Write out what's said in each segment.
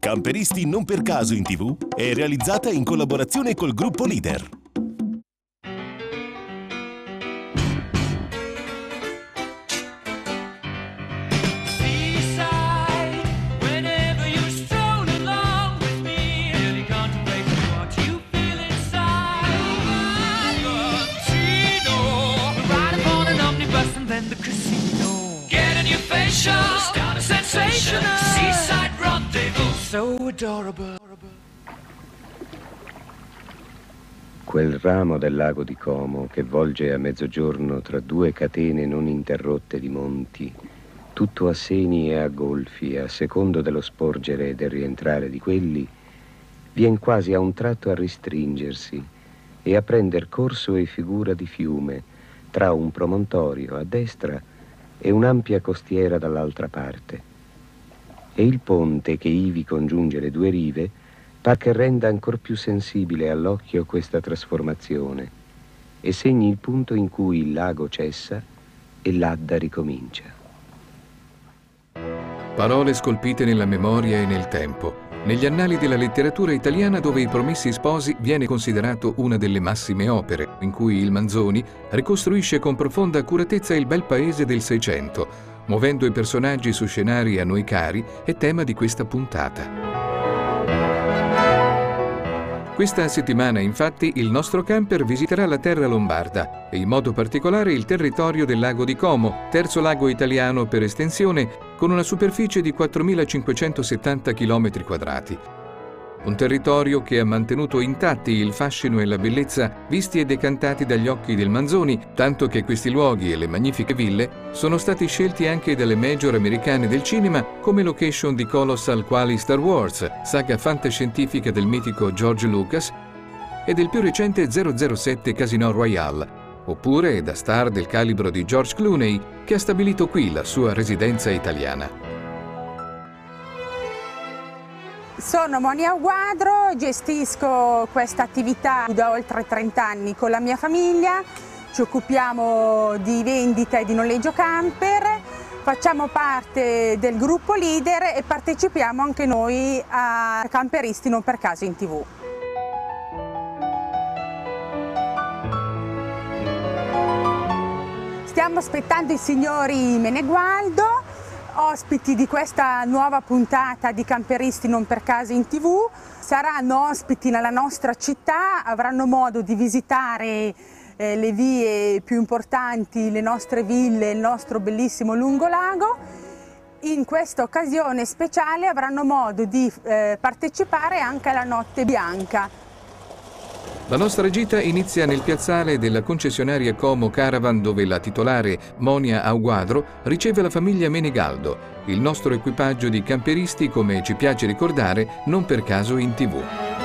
Camperisti non per caso in TV è realizzata in collaborazione col gruppo Leader. Quel ramo del lago di Como che volge a mezzogiorno tra due catene non interrotte di monti, tutto a seni e a golfi, a secondo dello sporgere e del rientrare di quelli, vien quasi a un tratto a ristringersi e a prender corso e figura di fiume tra un promontorio a destra e un'ampia costiera dall'altra parte. E il ponte che ivi congiunge le due rive par che renda ancor più sensibile all'occhio questa trasformazione e segni il punto in cui il lago cessa e l'Adda ricomincia. Parole scolpite nella memoria e nel tempo, negli annali della letteratura italiana, dove I Promessi Sposi viene considerato una delle massime opere, in cui il Manzoni ricostruisce con profonda accuratezza il bel paese del Seicento, muovendo i personaggi su scenari a noi cari, è tema di questa puntata. Questa settimana, infatti, il nostro camper visiterà la terra lombarda e in modo particolare il territorio del lago di Como, terzo lago italiano per estensione, con una superficie di 4.570 km². Un territorio che ha mantenuto intatti il fascino e la bellezza visti e decantati dagli occhi del Manzoni, tanto che questi luoghi e le magnifiche ville sono stati scelti anche dalle major americane del cinema come location di colossal quali Star Wars, saga fantascientifica del mitico George Lucas, e del più recente 007 Casino Royale, oppure da star del calibro di George Clooney, che ha stabilito qui la sua residenza italiana. Sono Monia Auguadro, gestisco questa attività da oltre 30 anni con la mia famiglia, ci occupiamo di vendita e di noleggio camper, facciamo parte del gruppo Leader e partecipiamo anche noi a Camperisti non per caso in TV. Stiamo aspettando i signori Menegualdo, ospiti di questa nuova puntata di Camperisti non per caso in TV. Saranno ospiti nella nostra città, avranno modo di visitare le vie più importanti, le nostre ville, il nostro bellissimo lungolago. In questa occasione speciale avranno modo di partecipare anche alla Notte Bianca. La nostra gita inizia nel piazzale della concessionaria Como Caravan, dove la titolare Monia Auguadro riceve la famiglia Menegaldo, il nostro equipaggio di camperisti, come ci piace ricordare, non per caso in TV.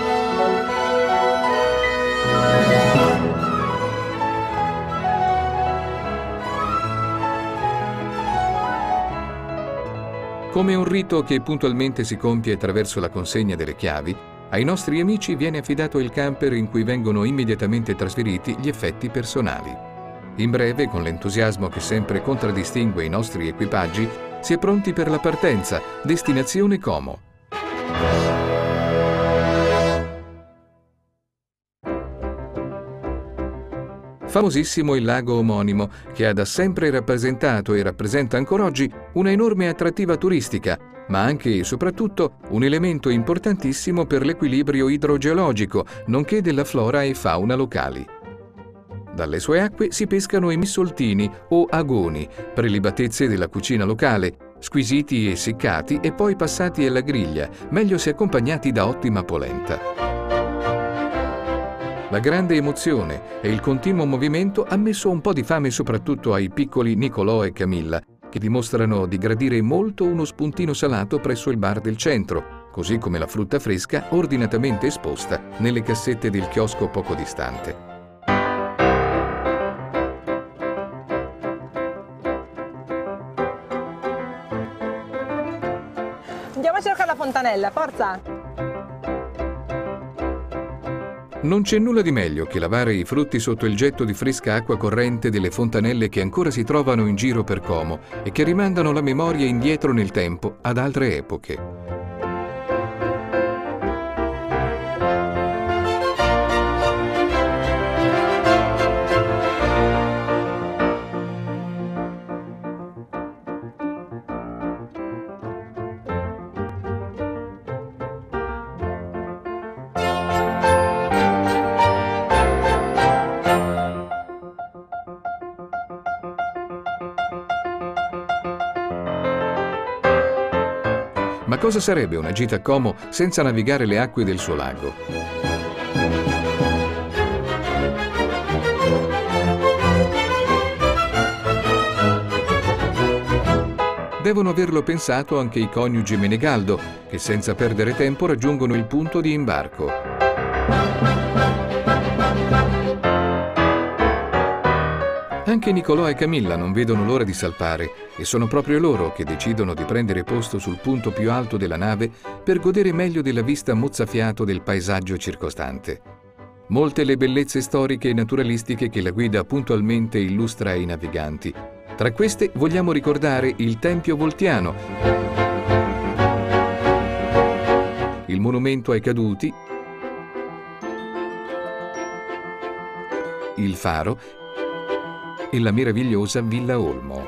Come un rito che puntualmente si compie attraverso la consegna delle chiavi, ai nostri amici viene affidato il camper in cui vengono immediatamente trasferiti gli effetti personali. In breve, con l'entusiasmo che sempre contraddistingue i nostri equipaggi, si è pronti per la partenza, destinazione Como. Famosissimo il lago omonimo, che ha da sempre rappresentato e rappresenta ancora oggi una enorme attrattiva turistica, ma anche e soprattutto un elemento importantissimo per l'equilibrio idrogeologico, nonché della flora e fauna locali. Dalle sue acque si pescano i missoltini o agoni, prelibatezze della cucina locale, squisiti e seccati e poi passati alla griglia, meglio se accompagnati da ottima polenta. La grande emozione e il continuo movimento ha messo un po' di fame soprattutto ai piccoli Nicolò e Camilla, che dimostrano di gradire molto uno spuntino salato presso il bar del centro, così come la frutta fresca ordinatamente esposta nelle cassette del chiosco poco distante. Andiamo a cercare la fontanella, forza! Non c'è nulla di meglio che lavare i frutti sotto il getto di fresca acqua corrente delle fontanelle che ancora si trovano in giro per Como e che rimandano la memoria indietro nel tempo ad altre epoche. Ma cosa sarebbe una gita a Como senza navigare le acque del suo lago? Devono averlo pensato anche i coniugi Menegaldo, che senza perdere tempo raggiungono il punto di imbarco. Anche Nicolò e Camilla non vedono l'ora di salpare e sono proprio loro che decidono di prendere posto sul punto più alto della nave per godere meglio della vista mozzafiato del paesaggio circostante. Molte le bellezze storiche e naturalistiche che la guida puntualmente illustra ai naviganti. Tra queste vogliamo ricordare il Tempio Voltiano, il monumento ai caduti, il faro e la meravigliosa Villa Olmo.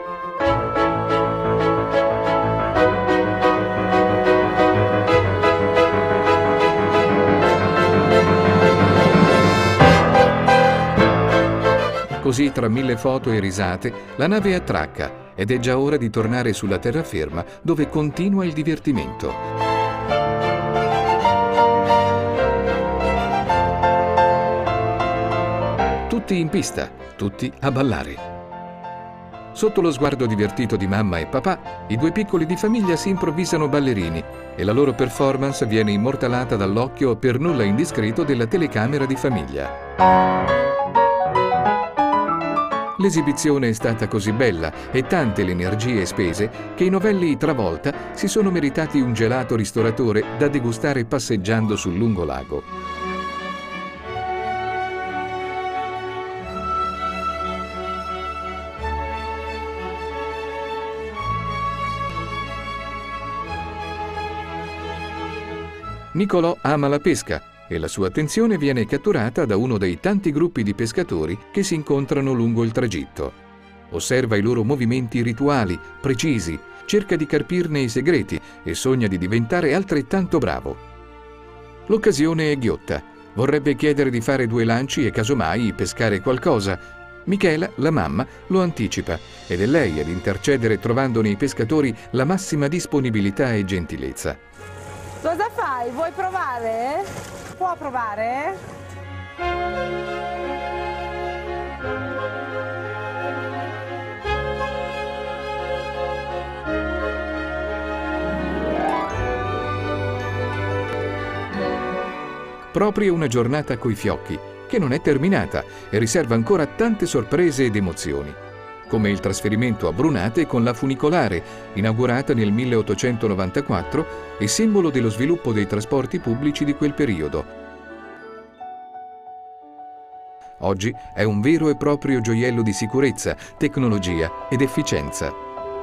Così, tra mille foto e risate, la nave attracca ed è già ora di tornare sulla terraferma dove continua il divertimento. Tutti in pista, tutti a ballare. Sotto lo sguardo divertito di mamma e papà, i due piccoli di famiglia si improvvisano ballerini e la loro performance viene immortalata dall'occhio per nulla indiscreto della telecamera di famiglia. L'esibizione è stata così bella e tante le energie spese che i novelli Travolta si sono meritati un gelato ristoratore da degustare passeggiando sul lungolago. Nicolò ama la pesca e la sua attenzione viene catturata da uno dei tanti gruppi di pescatori che si incontrano lungo il tragitto. Osserva i loro movimenti rituali, precisi, cerca di carpirne i segreti e sogna di diventare altrettanto bravo. L'occasione è ghiotta. Vorrebbe chiedere di fare 2 lanci e casomai pescare qualcosa. Michela, la mamma, lo anticipa ed è lei ad intercedere trovando nei pescatori la massima disponibilità e gentilezza. Cosa fai? Vuoi provare? Può provare? Proprio una giornata coi fiocchi, che non è terminata e riserva ancora tante sorprese ed emozioni, come il trasferimento a Brunate con la funicolare, inaugurata nel 1894 e simbolo dello sviluppo dei trasporti pubblici di quel periodo. Oggi è un vero e proprio gioiello di sicurezza, tecnologia ed efficienza.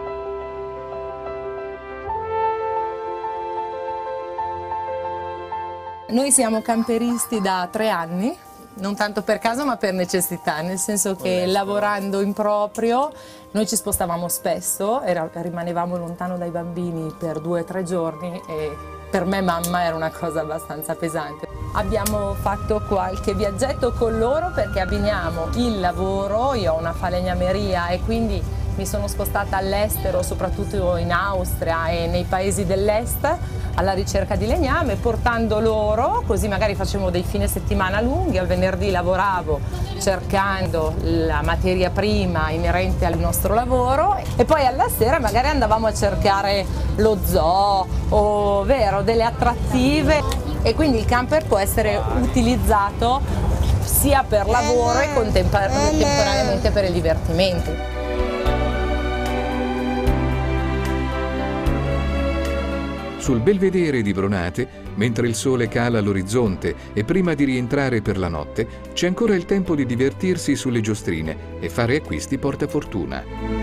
Noi siamo camperisti da 3 anni, non tanto per caso ma per necessità, nel senso che lavorando in proprio noi ci spostavamo spesso, rimanevamo lontano dai bambini per 2 o 3 giorni e per me mamma era una cosa abbastanza pesante. Abbiamo fatto qualche viaggetto con loro perché abbiniamo il lavoro, io ho una falegnameria e quindi mi sono spostata all'estero, soprattutto in Austria e nei paesi dell'est, alla ricerca di legname, portando loro, così magari facevo dei fine settimana lunghi, al venerdì lavoravo cercando la materia prima inerente al nostro lavoro e poi alla sera magari andavamo a cercare lo zoo o delle attrattive e quindi il camper può essere utilizzato sia per lavoro e contemporaneamente per il divertimento. Sul belvedere di Brunate, mentre il sole cala all'orizzonte e prima di rientrare per la notte, c'è ancora il tempo di divertirsi sulle giostrine e fare acquisti portafortuna.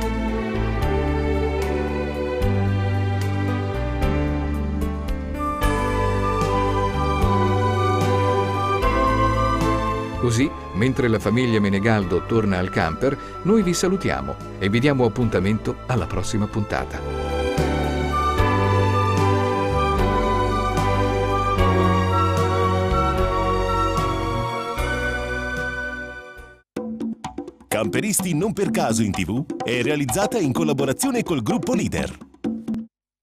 Così, mentre la famiglia Menegaldo torna al camper, noi vi salutiamo e vi diamo appuntamento alla prossima puntata. Camperisti non per caso in TV è realizzata in collaborazione col gruppo Leader.